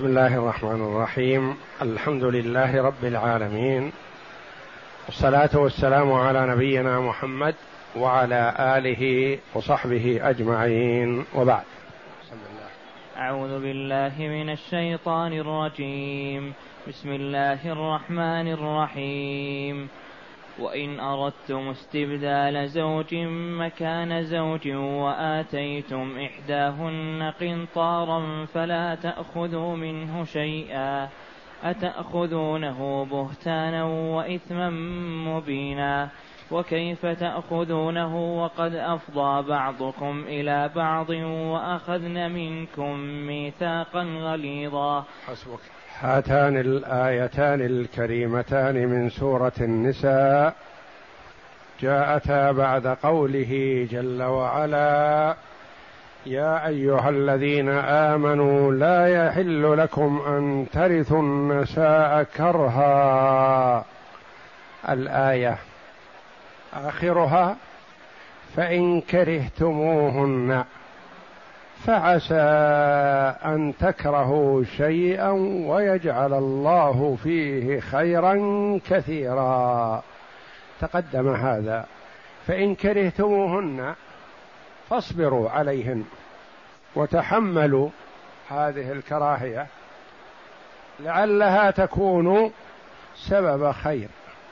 بسم الله الرحمن الرحيم. الحمد لله رب العالمين، والصلاة والسلام على نبينا محمد وعلى آله وصحبه أجمعين، وبعد. أعوذ بالله من الشيطان الرجيم. بسم الله الرحمن الرحيم. وإن أردتم استبدال زوج مكان زوج وآتيتم إحداهن قنطارا فلا تأخذوا منه شيئا أتأخذونه بهتانا وإثما مبينا وكيف تأخذونه وقد أفضى بعضكم إلى بعض وأخذن منكم ميثاقا غليظا. حسبك. هاتان الآيتان الكريمتان من سورة النساء جاءتا بعد قوله جل وعلا: يا أيها الذين آمنوا لا يحل لكم أن ترثوا النساء كرها. الآية آخرها: فإن كرهتموهن فعسى أن تكرهوا شيئا ويجعل الله فيه خيرا كثيرا. تقدم هذا. فإن كرهتموهن فاصبروا عليهن وتحملوا هذه الكراهية لعلها تكون سبب خير،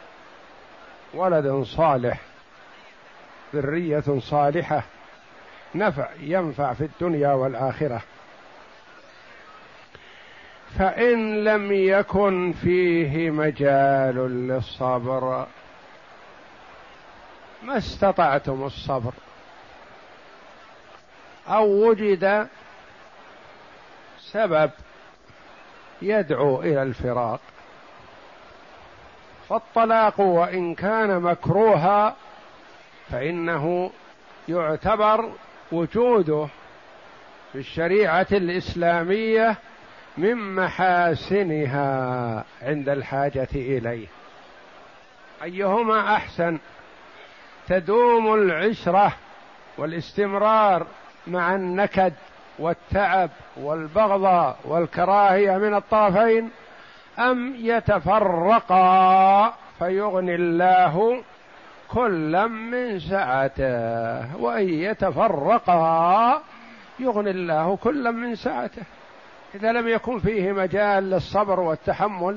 ولد صالح، ذرية صالحة، نفع ينفع في الدنيا والآخرة. فإن لم يكن فيه مجال للصبر ما استطعتم الصبر أو وجد سبب يدعو إلى الفراق، فالطلاق وإن كان مكروها فإنه يعتبر وجوده في الشريعة الإسلامية من محاسنها عند الحاجة إليه. أيهما أحسن؟ تدوم العشرة والاستمرار مع النكد والتعب والبغض والكراهية من الطرفين، أم يتفرقا فيغني الله كلا من سعته؟ وإن يتفرقا يغني الله كلا من سعته. إذا لم يكن فيه مجال للصبر والتحمل،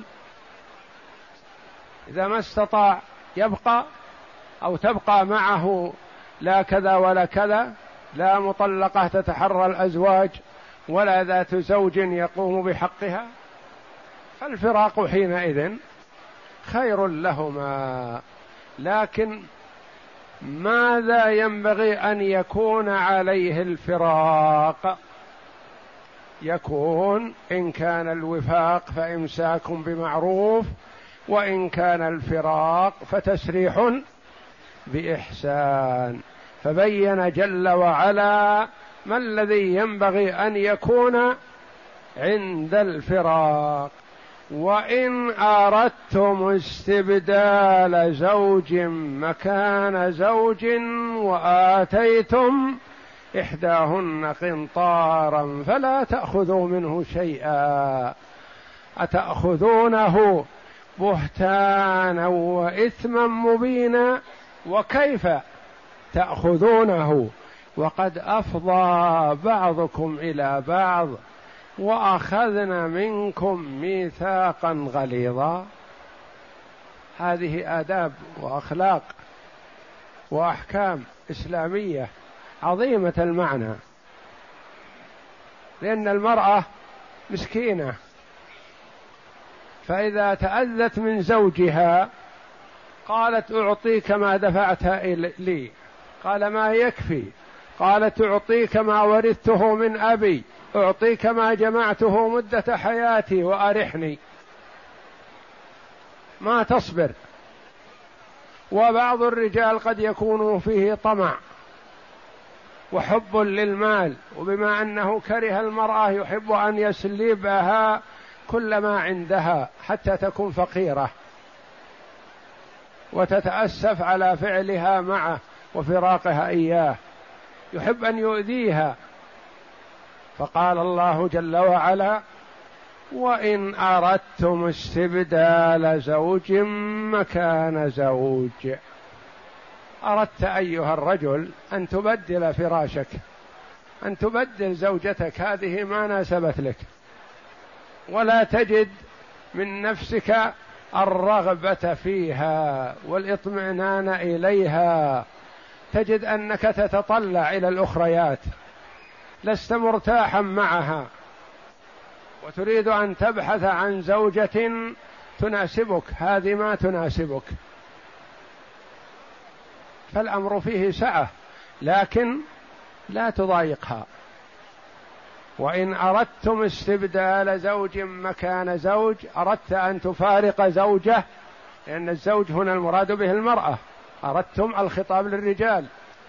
إذا ما استطاع يبقى أو تبقى معه لا كذا ولا كذا، لا مطلقة تتحرى الأزواج ولا ذات زوج يقوم بحقها، فالفراق حينئذ خير لهما. لكن ماذا ينبغي أن يكون عليه الفراق؟ يكون إن كان الوفاق فإمساك بمعروف، وإن كان الفراق فتسريح بإحسان. فبين جل وعلا ما الذي ينبغي أن يكون عند الفراق: وإن أردتم استبدال زوج مكان زوج وآتيتم إحداهن قنطارا فلا تأخذوا منه شيئا أتأخذونه بهتانا وإثما مبينا وكيف تأخذونه وقد أفضى بعضكم إلى بعض وأخذنا منكم ميثاقا غليظا. هذه آداب وأخلاق وأحكام إسلامية عظيمة المعنى، لأن المرأة مسكينة، فإذا تأذت من زوجها قالت: أعطيك ما دفعت لي، قال: ما يكفي، قالت: أعطيك ما ورثته من أبي، أعطيك ما جمعته مدة حياتي وأرحني. ما تصبر. وبعض الرجال قد يكون فيه طمع وحب للمال، وبما أنه كره المرأة يحب أن يسلبها كل ما عندها حتى تكون فقيرة وتتأسف على فعلها معه وفراقها إياه، يحب أن يؤذيها. فقال الله جل وعلا: وإن أردتم استبدال زوج مكان زوج، أردت أيها الرجل أن تبدل فراشك، أن تبدل زوجتك، هذه ما ناسبت لك، ولا تجد من نفسك الرغبة فيها والاطمئنان إليها، تجد أنك تتطلع إلى الأخريات، لست مرتاحا معها، وتريد أن تبحث عن زوجة تناسبك، هذه ما تناسبك، فالأمر فيه سعة، لكن لا تضايقها. وإن أردتم استبدال زوج مكان زوج، أردت أن تفارق زوجة، لأن الزوج هنا المراد به المرأة، أردتم الخطاب للرجال،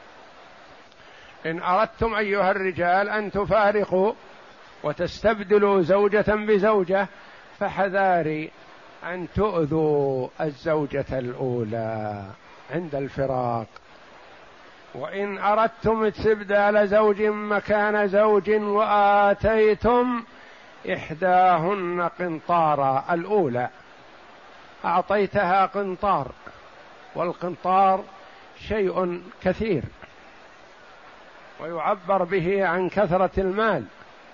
إن أردتم أيها الرجال أن تفارقوا وتستبدلوا زوجة بزوجة فحذاري أن تؤذوا الزوجة الأولى عند الفراق. وإن أردتم استبدال زوج مكان زوج وآتيتم إحداهن قنطارا، الأولى أعطيتها قنطار، والقنطار شيء كثير ويعبر به عن كثرة المال.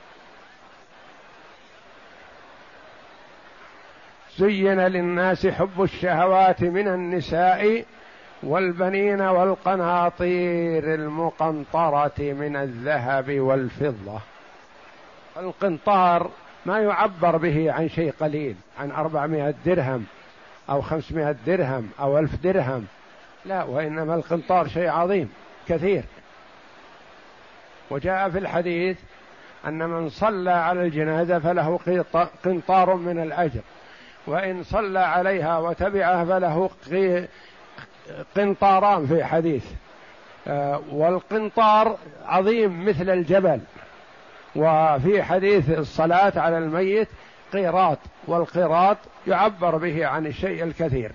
زين للناس حب الشهوات من النساء والبنين والقناطير المقنطرة من الذهب والفضة. القنطار ما يعبر به عن شيء قليل، عن 400 درهم أو 500 درهم أو 1000 درهم، لا، وإنما القنطار شيء عظيم كثير. وجاء في الحديث أن من صلى على الجنازة فله قنطار من الأجر، وإن صلى عليها وتبعها فله قنطاران في حديث. والقنطار عظيم مثل الجبل. وفي حديث الصلاة على الميت قيراط، والقيراط يعبر به عن الشيء الكثير.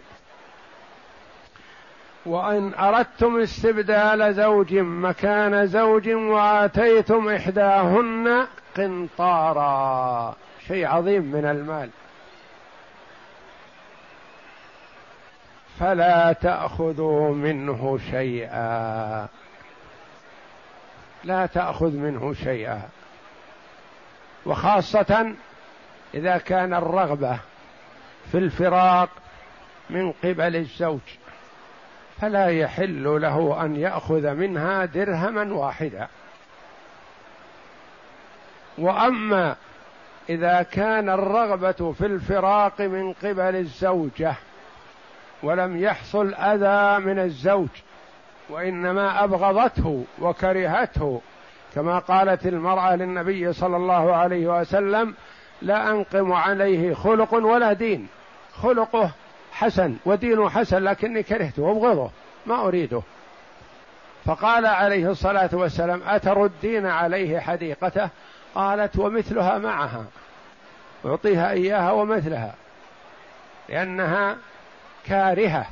وإن أردتم استبدال زوج مكان زوج وآتيتم إحداهن قنطارا، شيء عظيم من المال، فلا تأخذوا منه شيئا، لا تأخذ منه شيئا. وخاصة إذا كان الرغبة في الفراق من قبل الزوج، فلا يحل له أن يأخذ منها درهما واحدا. وأما إذا كان الرغبة في الفراق من قبل الزوجة ولم يحصل أذى من الزوج، وإنما أبغضته وكرهته، كما قالت المرأة للنبي صلى الله عليه وسلم: لا أنقم عليه خلق ولا دين، خلقه حسن ودينه حسن لكني كرهته وابغضه ما أريده. فقال عليه الصلاة والسلام: أتردين عليه حديقته؟ قالت: ومثلها معها، أعطيها إياها ومثلها، لأنها كارهة.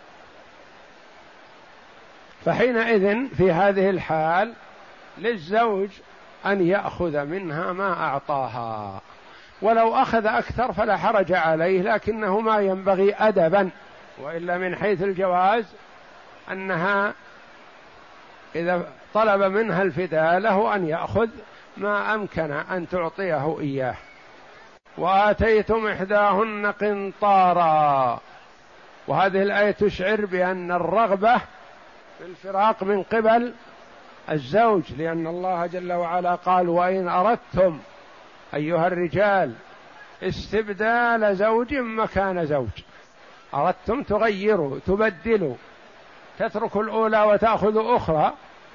فحينئذ في هذه الحال للزوج أن يأخذ منها ما أعطاها، ولو أخذ أكثر فلا حرج عليه، لكنه ما ينبغي أدبا، وإلا من حيث الجواز أنها إذا طلب منها الفداء له أن يأخذ ما أمكن أن تعطيه إياه. وآتيتم إحداهن قنطارا، وهذه الآية تشعر بأن الرغبة في الفراق من قبل الزوج، لأن الله جل وعلا قال: وإن أردتم أيها الرجال استبدال زوج مكان زوج، أردتم تغيروا تبدلوا، تتركوا الأولى وتأخذوا أخرى.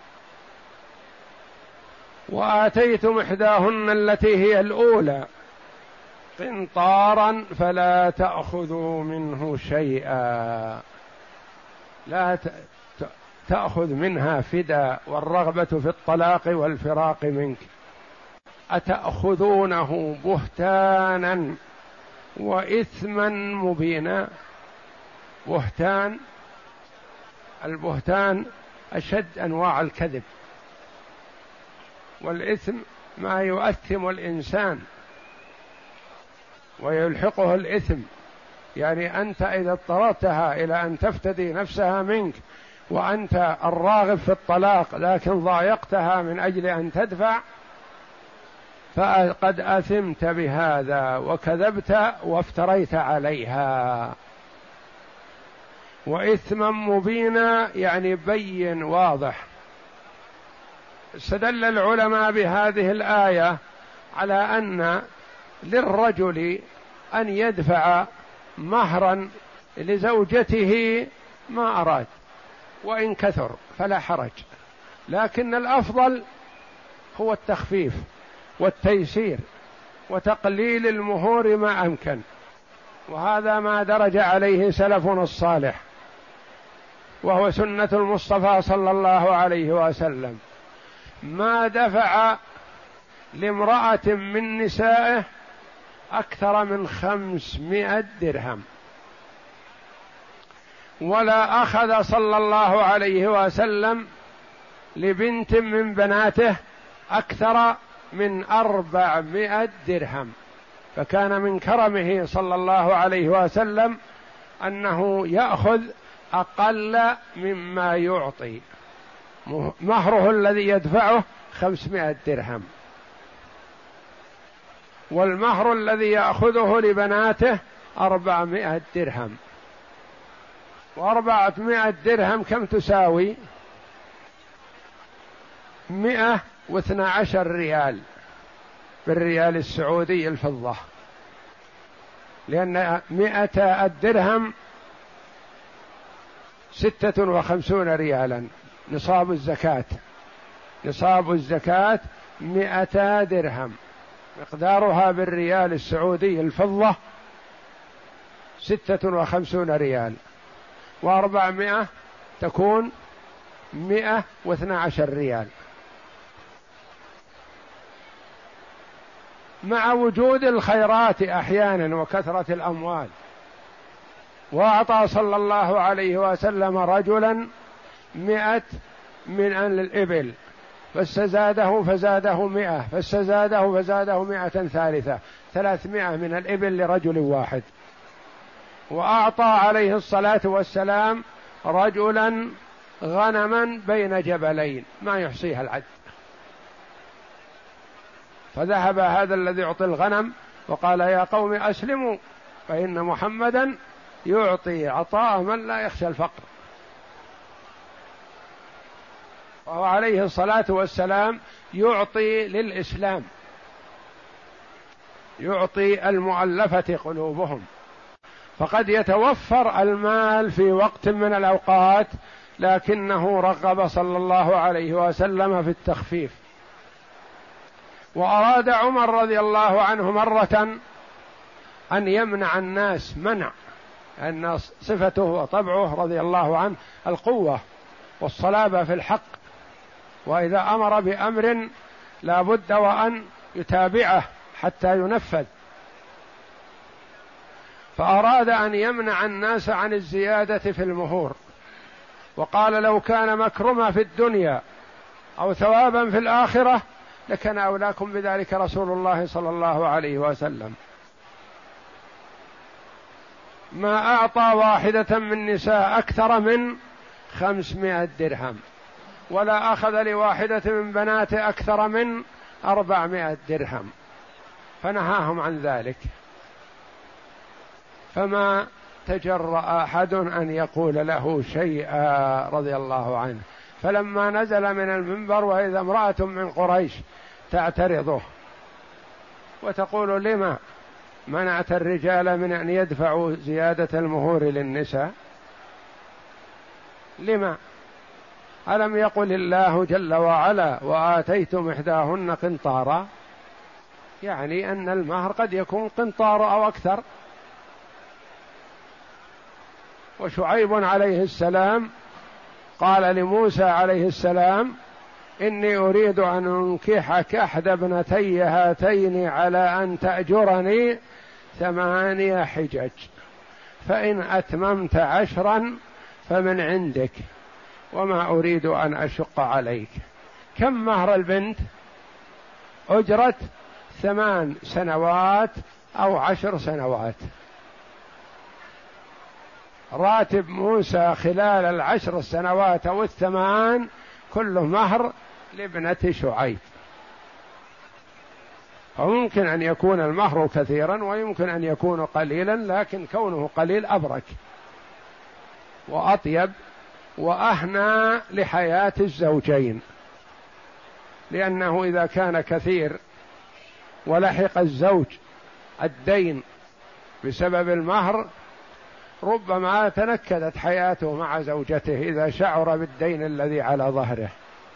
وآتيتم إحداهن التي هي الأولى قنطارا فلا تأخذوا منه شيئا، لا تأخذ منها فداء، والرغبة في الطلاق والفراق منك. أتأخذونه بهتانا وإثما مبينا. بهتان، البهتان أشد أنواع الكذب، والإثم ما يؤثم الإنسان. ويلحقه الإثم. يعني أنت إذا اضطررتها إلى أن تفتدي نفسها منك وأنت الراغب في الطلاق لكن ضايقتها من أجل أن تدفع، فقد أثمت بهذا وكذبت وافتريت عليها، وإثما مبينا يعني بين واضح. استدل العلماء بهذه الآية على أن للرجل أن يدفع مهرا لزوجته ما أراد وإن كثر فلا حرج، لكن الأفضل هو التخفيف والتيسير وتقليل المهور ما أمكن، وهذا ما درج عليه سلفنا الصالح، وهو سنة المصطفى صلى الله عليه وسلم. ما دفع لامرأة من نسائه أكثر من 500 درهم، ولا أخذ صلى الله عليه وسلم لبنت من بناته أكثر من 400 درهم. فكان من كرمه صلى الله عليه وسلم أنه يأخذ أقل مما يعطي. مهره الذي يدفعه 500 درهم، والمهر الذي يأخذه لبناته 400 درهم. و400 درهم كم تساوي؟ 112 ريال بالريال السعودي الفضة، لأن 100 الدرهم 56 ريالا نصاب الزكاة. نصاب الزكاة 100 درهم، مقدارها بالريال السعودي الفضة 56 ريال، و400 تكون 112 ريال. مع وجود الخيرات أحيانا وكثرة الأموال. وأعطى صلى الله عليه وسلم رجلا 100 من الإبل، فاستزاده فزاده 100، فاستزاده فزاده 100 ثالثة، 300 من الإبل لرجل واحد. وأعطى عليه الصلاة والسلام رجلا غنما بين جبلين ما يحصيها العد، فذهب هذا الذي يعطي الغنم وقال يا قوم أسلموا فإن محمدا يعطي عطاء من لا يخشى الفقر. وهو عليه الصلاة والسلام يعطي للإسلام، يعطي المؤلفة قلوبهم، فقد يتوفر المال في وقت من الأوقات، لكنه رغب صلى الله عليه وسلم في التخفيف. وأراد عمر رضي الله عنه مرة أن يمنع الناس منع، أن صفته وطبعه رضي الله عنه القوة والصلابة في الحق، وإذا أمر بأمر لا بد وأن يتابعه حتى ينفذ. فأراد أن يمنع الناس عن الزيادة في المهور، وقال لو كان مكرمة في الدنيا أو ثوابا في الآخرة لكان أولاكم بذلك رسول الله صلى الله عليه وسلم. ما أعطى واحدة من نساء أكثر من 500 درهم، ولا أخذ لواحدة من بناته أكثر من 400 درهم، فنهاهم عن ذلك. فما تجرأ أحد أن يقول له شيئا رضي الله عنه. فلما نزل من المنبر وإذا امرأة من قريش تعترضه وتقول لما منعت الرجال من أن يدفعوا زيادة المهور للنساء؟ لما؟ ألم يقل الله جل وعلا وآتيتم إحداهن قنطارا؟ يعني أن المهر قد يكون قنطار أو أكثر. وشعيب عليه السلام قال لموسى عليه السلام إني أريد أن أنكحك إحدى ابنتي هاتين على أن تأجرني 8 حجج، فإن أتممت 10 فمن عندك وما أريد أن أشق عليك. كم مهر البنت؟ أجرة 8 سنوات أو 10 سنوات. راتب موسى خلال 10 سنوات أو 8 كله مهر لابنة شعيب. فممكن أن يكون المهر كثيرا ويمكن أن يكون قليلا، لكن كونه قليل أبرك وأطيب وأهنى لحياة الزوجين، لأنه إذا كان كثير ولحق الزوج الدين بسبب المهر ربما تنكدت حياته مع زوجته إذا شعر بالدين الذي على ظهره.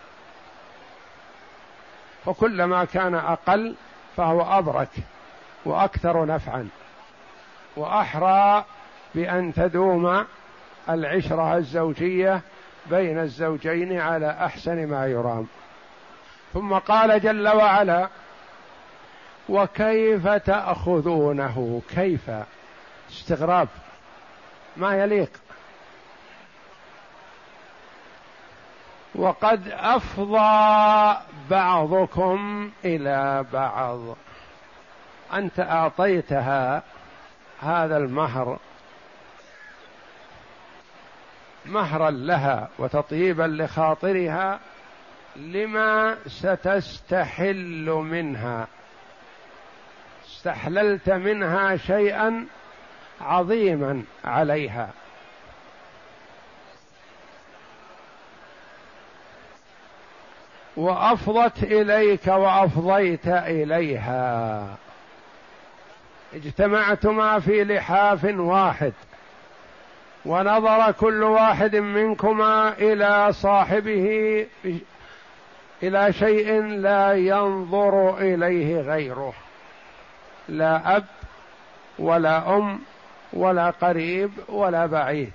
فكلما كان أقل فهو أبرك وأكثر نفعا وأحرى بأن تدوم العشرة الزوجية بين الزوجين على أحسن ما يرام. ثم قال جل وعلا: وكيف تأخذونه؟ كيف استغراب ما يليق. وقد أفضى بعضكم إلى بعض. أنت أعطيتها هذا المهر مهرا لها وتطييبا لخاطرها لما ستستحل منها، استحللت منها شيئا عظيما عليها، وأفضت إليك وأفضيت إليها، اجتمعتما في لحاف واحد ونظر كل واحد منكما إلى صاحبه إلى شيء لا ينظر إليه غيره، لا أب ولا أم ولا قريب ولا بعيد.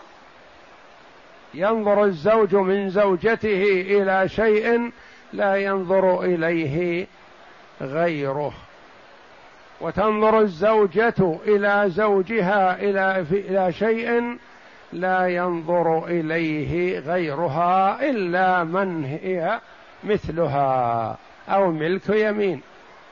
ينظر الزوج من زوجته إلى شيء لا ينظر إليه غيره، وتنظر الزوجة إلى زوجها إلى شيء لا ينظر إليه غيرها إلا من هي مثلها أو ملك يمين.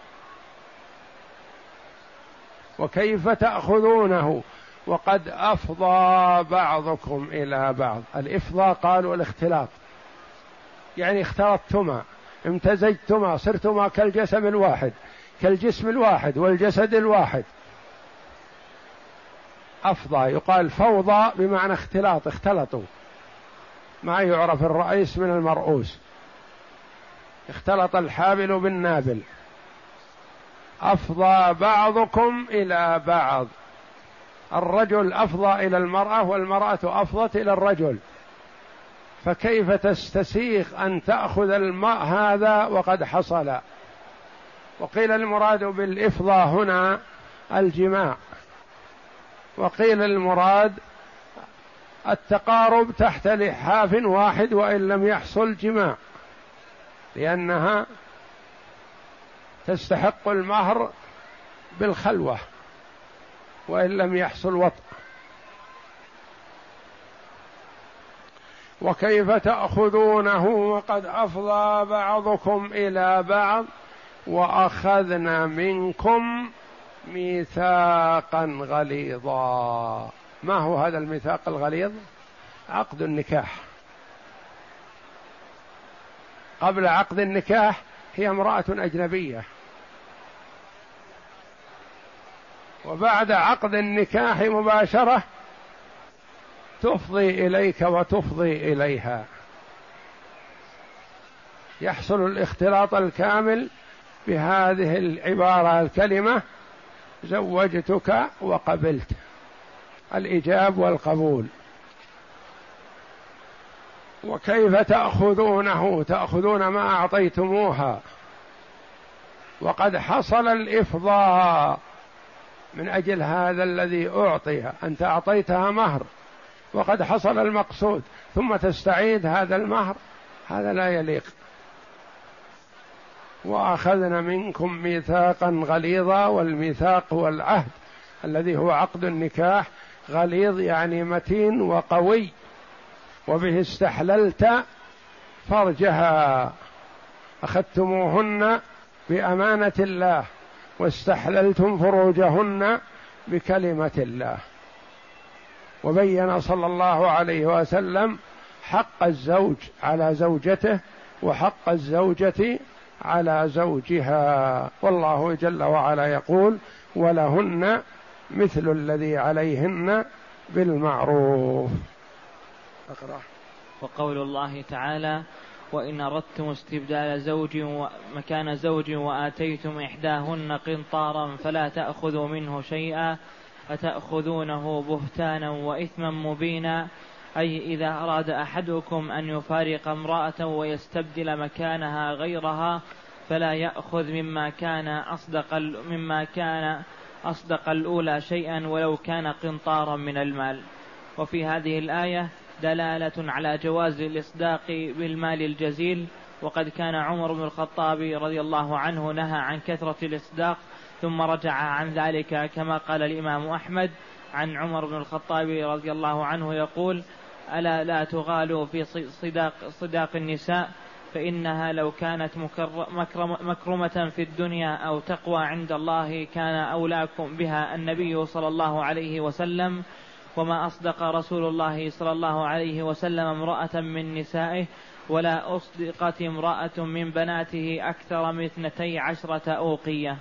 وكيف تأخذونه وقد أفضى بعضكم إلى بعض. الإفضاء قالوا الاختلاط، يعني اختلطتما، امتزجتما، صرتما كالجسم الواحد، كالجسم الواحد والجسد الواحد. أفضى يقال فوضى بمعنى اختلاط، اختلطوا، ما يعرف الرئيس من المرؤوس، اختلط الحابل بالنابل. أفضى بعضكم إلى بعض، الرجل أفضى إلى المرأة والمرأة أفضت إلى الرجل، فكيف تستسيغ أن تأخذ الماء هذا وقد حصل؟ وقيل المراد بالإفضاء هنا الجماع، وقيل المراد التقارب تحت لحاف واحد وإن لم يحصل جماع، لأنها تستحق المهر بالخلوة وإن لم يحصل وطء. وكيف تأخذونه وقد أفضى بعضكم إلى بعض وأخذنا منكم ميثاقا غليظا. ما هو هذا الميثاق الغليظ؟ عقد النكاح. قبل عقد النكاح هي امرأة أجنبية، وبعد عقد النكاح مباشرة تفضي إليك وتفضي إليها، يحصل الاختلاط الكامل بهذه العبارة الكلمة: زوجتك وقبلت، الإيجاب والقبول. وكيف تأخذونه؟ تأخذون ما أعطيتموها وقد حصل الإفضاء من أجل هذا الذي أعطي، أنت أعطيتها مهر وقد حصل المقصود ثم تستعيد هذا المهر، هذا لا يليق. وأخذنا منكم ميثاقا غليظا، والميثاق هو العهد الذي هو عقد النكاح، غليظ يعني متين وقوي، وبه استحللت فرجها، أخذتموهن بأمانة الله واستحللتم فروجهن بكلمة الله. وبين صلى الله عليه وسلم حق الزوج على زوجته وحق الزوجة على زوجها، والله جل وعلا يقول: ولهن مثل الذي عليهن بالمعروف. أقرأ. وقول الله تعالى: وإن أردتم استبدال زوج مكان زوج وآتيتم إحداهن قنطارا فلا تأخذوا منه شيئا أتأخذونه بهتانا وإثما مبينا. أي إذا أراد أحدكم أن يفارق امرأة ويستبدل مكانها غيرها فلا يأخذ مما كان أصدق الأولى شيئا ولو كان قنطارا من المال. وفي هذه الآية دلالة على جواز الإصداق بالمال الجزيل، وقد كان عمر بن الخطاب رضي الله عنه نهى عن كثرة الإصداق ثم رجع عن ذلك، كما قال الإمام أحمد عن عمر بن الخطاب رضي الله عنه يقول: ألا لا تغالوا في صداق النساء فإنها لو كانت مكرمة في الدنيا أو تقوى عند الله كان أولاكم بها النبي صلى الله عليه وسلم، وما أصدق رسول الله صلى الله عليه وسلم امرأة من نسائه ولا أصدقت امرأة من بناته أكثر من 12 أوقية.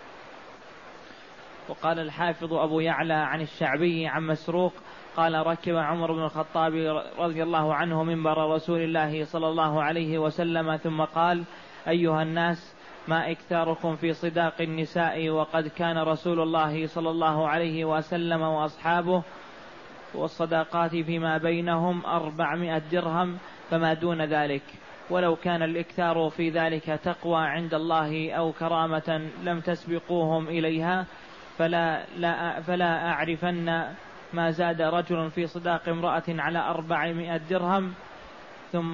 وقال الحافظ أبو يعلى عن الشعبي عن مسروق قال: ركب عمر بن الخطاب رضي الله عنه منبر رسول الله صلى الله عليه وسلم ثم قال: أيها الناس، ما إكثاركم في صداق النساء وقد كان رسول الله صلى الله عليه وسلم وأصحابه والصداقات فيما بينهم 400 درهم فما دون ذلك، ولو كان الإكثار في ذلك تقوى عند الله أو كرامة لم تسبقوهم إليها فلا أعرفن ما زاد رجل في صداق امرأة على 400 درهم. ثم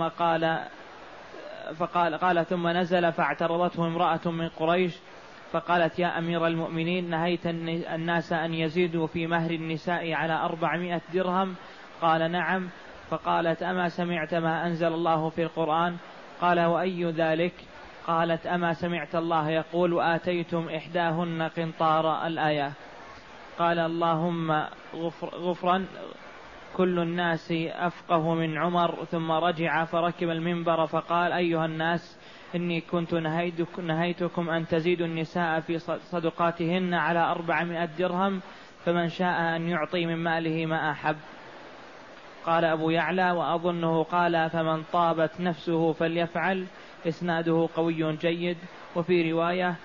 قال ثم نزل فاعترضته امرأة من قريش فقالت: يا أمير المؤمنين، نهيت الناس أن يزيدوا في مهر النساء على 400 درهم. قال: نعم. فقالت: أما سمعت ما أنزل الله في القرآن؟ قال: وأي ذلك؟ قالت: أما سمعت الله يقول: وآتيتم إحداهن قنطار الآية. قال: اللهم غفرا، كل الناس أفقه من عمر. ثم رجع فركب المنبر فقال: أيها الناس، إني كنت نهيتكم أن تزيدوا النساء في صدقاتهن على 400 درهم، فمن شاء أن يعطي من ماله ما أحب. قال أبو يعلى: وأظنه قال: فمن طابت نفسه فليفعل. إسناده قوي جيد. وفي رواية: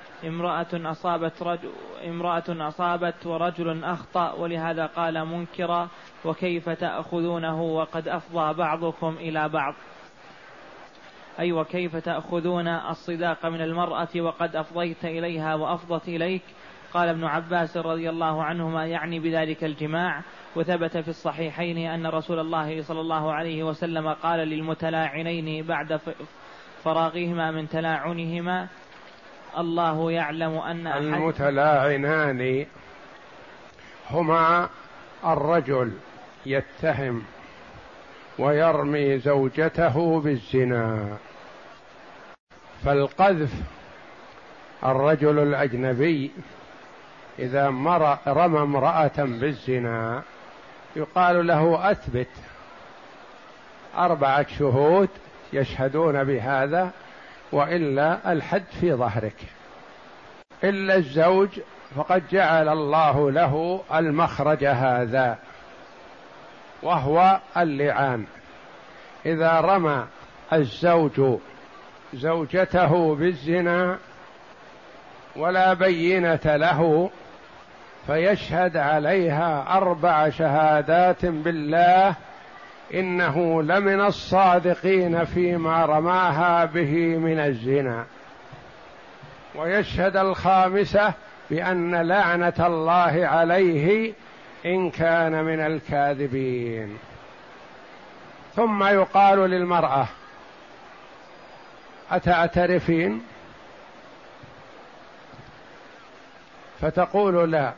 امرأة أصابت ورجل أخطأ، ولهذا قال منكرا: وكيف تأخذونه وقد أفضى بعضكم إلى بعض، أي وكيف تأخذون الصداق من المرأة وقد أفضيت إليها وأفضت إليك. قال ابن عباس رضي الله عنهما: يعني بذلك الجماع. وثبت في الصحيحين أن رسول الله صلى الله عليه وسلم قال للمتلاعنين بعد فراغهما من تلاعنهما: الله يعلم أن المتلاعنان هما الرجل يتهم ويرمي زوجته بالزنا. فالقذف الرجل الأجنبي إذا رمى امرأة بالزنا يقال له: أثبت 4 شهود يشهدون بهذا، وإلا الحد في ظهرك. إلا الزوج فقد جعل الله له المخرج هذا، وهو اللعان. إذا رمى الزوج زوجته بالزنا ولا بينة له فيشهد عليها 4 شهادات بالله إنه لمن الصادقين فيما رماها به من الزنا، ويشهد الخامسة بأن لعنة الله عليه إن كان من الكاذبين. ثم يقال للمرأة: أتعترفين؟ فتقول: لا.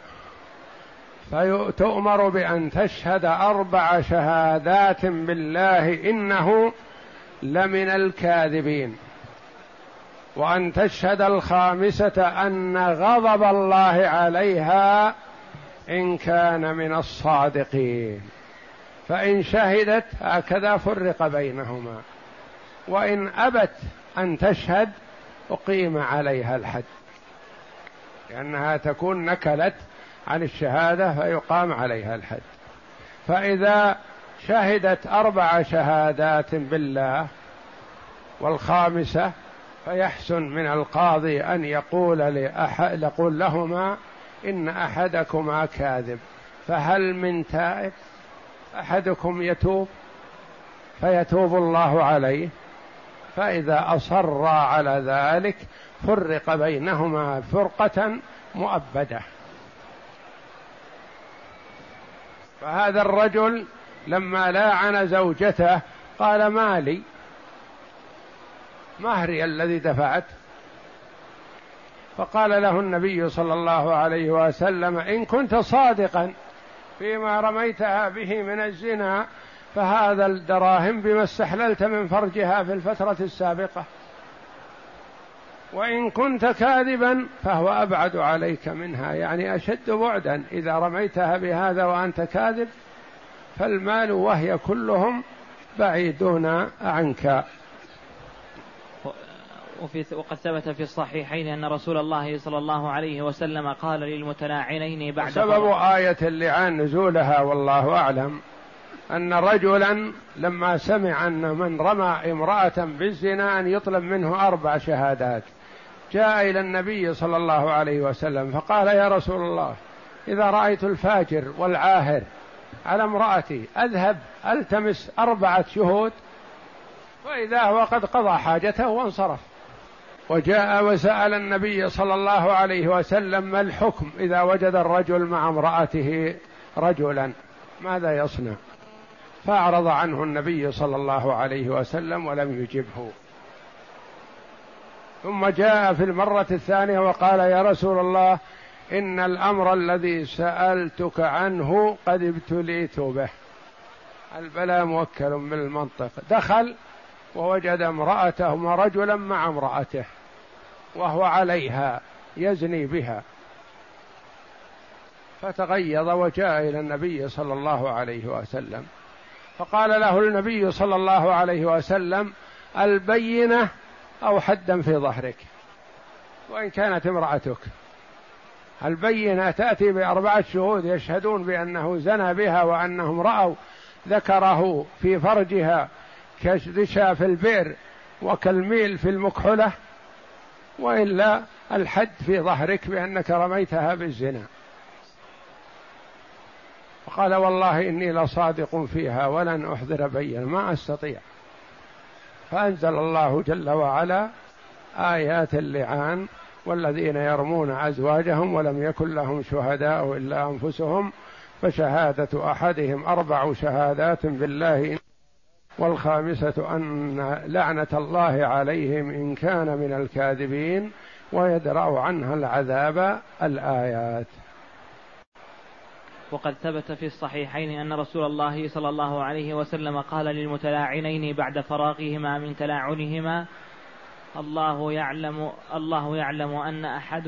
فتؤمر بأن تشهد 4 شهادات بالله إنه لمن الكاذبين. وأن تشهد الخامسة أن غضب الله عليها إن كان من الصادقين، فإن شهدت هكذا فرق بينهما، وإن أبت أن تشهد أقيم عليها الحد، لأنها تكون نكلت عن الشهادة فيقام عليها الحد. فإذا شهدت 4 شهادات بالله والخامسة فيحسن من القاضي أن يقول لهما إن أحدكما كاذب، فهل من تائب؟ أحدكم يتوب فيتوب الله عليه، فإذا أصر على ذلك فرق بينهما فرقة مؤبدة. فهذا الرجل لما لاعن زوجته قال: مالي، مهري الذي دفعت. فقال له النبي صلى الله عليه وسلم: إن كنت صادقا فيما رميتها به من الزنا فهذا الدراهم بما استحللت من فرجها في الفترة السابقة، وإن كنت كاذبا فهو أبعد عليك منها، يعني أشد بعدا. إذا رميتها بهذا وأنت كاذب فالمال وهي كلهم بعيدون عنك. وقد ثبت في الصحيحين أن رسول الله صلى الله عليه وسلم قال للمتلاعنين بعد سبب آية اللعان نزولها والله أعلم أن رجلا لما سمع أن من رمى امرأة بالزنا أن يطلب منه 4 شهادات جاء إلى النبي صلى الله عليه وسلم فقال: يا رسول الله، إذا رأيت الفاجر والعاهر على امرأتي أذهب ألتمس 4 شهود، وإذا هو قد قضى حاجته وانصرف. وجاء وسأل النبي صلى الله عليه وسلم: ما الحكم إذا وجد الرجل مع امرأته رجلا ماذا يصنع؟ فأعرض عنه النبي صلى الله عليه وسلم ولم يجبه. ثم جاء في المرة الثانية وقال: يا رسول الله، إن الأمر الذي سألتك عنه قد ابتليت به. البلاء موكل بالمنطق. دخل ووجد امرأته ورجلا مع امرأته وهو عليها يزني بها، فتغيظ وجاء إلى النبي صلى الله عليه وسلم، فقال له النبي صلى الله عليه وسلم: البينة أو حدا في ظهرك، وإن كانت امرأتك. البينة تأتي ب4 شهود يشهدون بأنه زنى بها وأنهم رأوا ذكره في فرجها كدشا في البئر وكالميل في المكحلة، وإلا الحد في ظهرك بأنك رميتها بالزنا. فقال: والله إني لصادق فيها ولن أحضر بينة، ما أستطيع. فأنزل الله جل وعلا آيات اللعان: والذين يرمون أزواجهم ولم يكن لهم شهداء إلا أنفسهم فشهادة أحدهم 4 شهادات بالله، والخامسة أن لعنة الله عليهم إن كان من الكاذبين ويدرأ عنها العذاب. الآيات. وقد ثبت في الصحيحين أن رسول الله صلى الله عليه وسلم قال للمتلاعنين بعد فراغهما من تلاعنهما: الله يعلم أن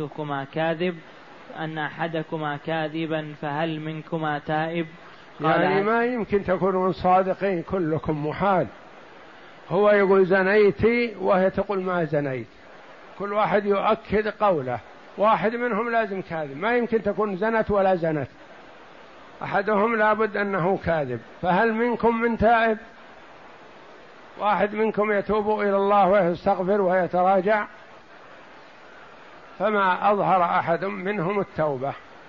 أحدكما كاذبا فهل منكما تائب؟ يعني ما يمكن تكونوا صادقين كلكم، محال. هو يقول زنيتي وهي تقول ما زنيت، كل واحد يؤكد قوله، واحد منهم لازم كاذب، ما يمكن تكون زنت ولا زنت، أحدهم لابد أنه كاذب. فهل منكم من تائب؟ واحد منكم يتوب إلى الله ويستغفر ويتراجع؟ فما أظهر أحد منهم التوبة،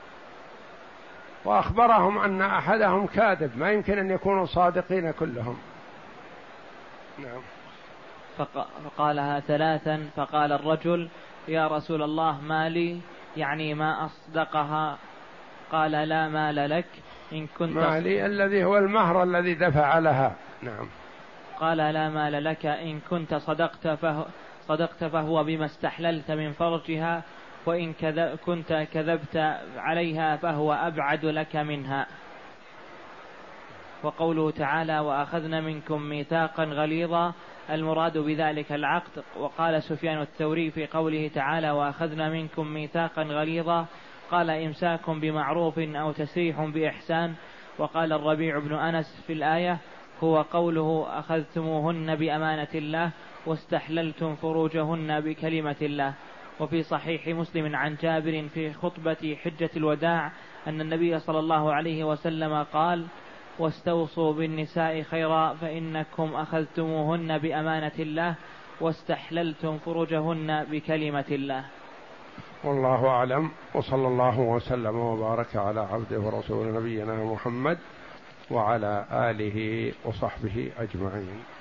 وأخبرهم أن أحدهم كاذب، ما يمكن أن يكونوا صادقين كلهم. نعم. فقالها 3. فقال الرجل: يا رسول الله، مالي، يعني ما أصدقها؟ قال: لا مال لك إن كنت مالي الذي هو المهر الذي دفع لها. نعم. قال: لا مال لك إن كنت صدقت فهو بما استحللت من فرجها، وإن كنت كذبت عليها فهو أبعد لك منها. وقوله تعالى وأخذنا منكم ميثاقا غليظا المراد بذلك العقد. وقال سفيان الثوري في قوله تعالى وأخذنا منكم ميثاقا غليظا قال إمساك بمعروف أو تسريح بإحسان. وقال الربيع بن أنس في الآية هو قوله أخذتموهن بأمانة الله واستحللتم فروجهن بكلمة الله. وفي صحيح مسلم عن جابر في خطبة حجة الوداع أن النبي صلى الله عليه وسلم قال واستوصوا بالنساء خيرا فإنكم أخذتموهن بأمانة الله واستحللتم فروجهن بكلمة الله. والله أعلم، وصلى الله وسلم وبارك على عبده ورسوله نبينا محمد وعلى آله وصحبه أجمعين.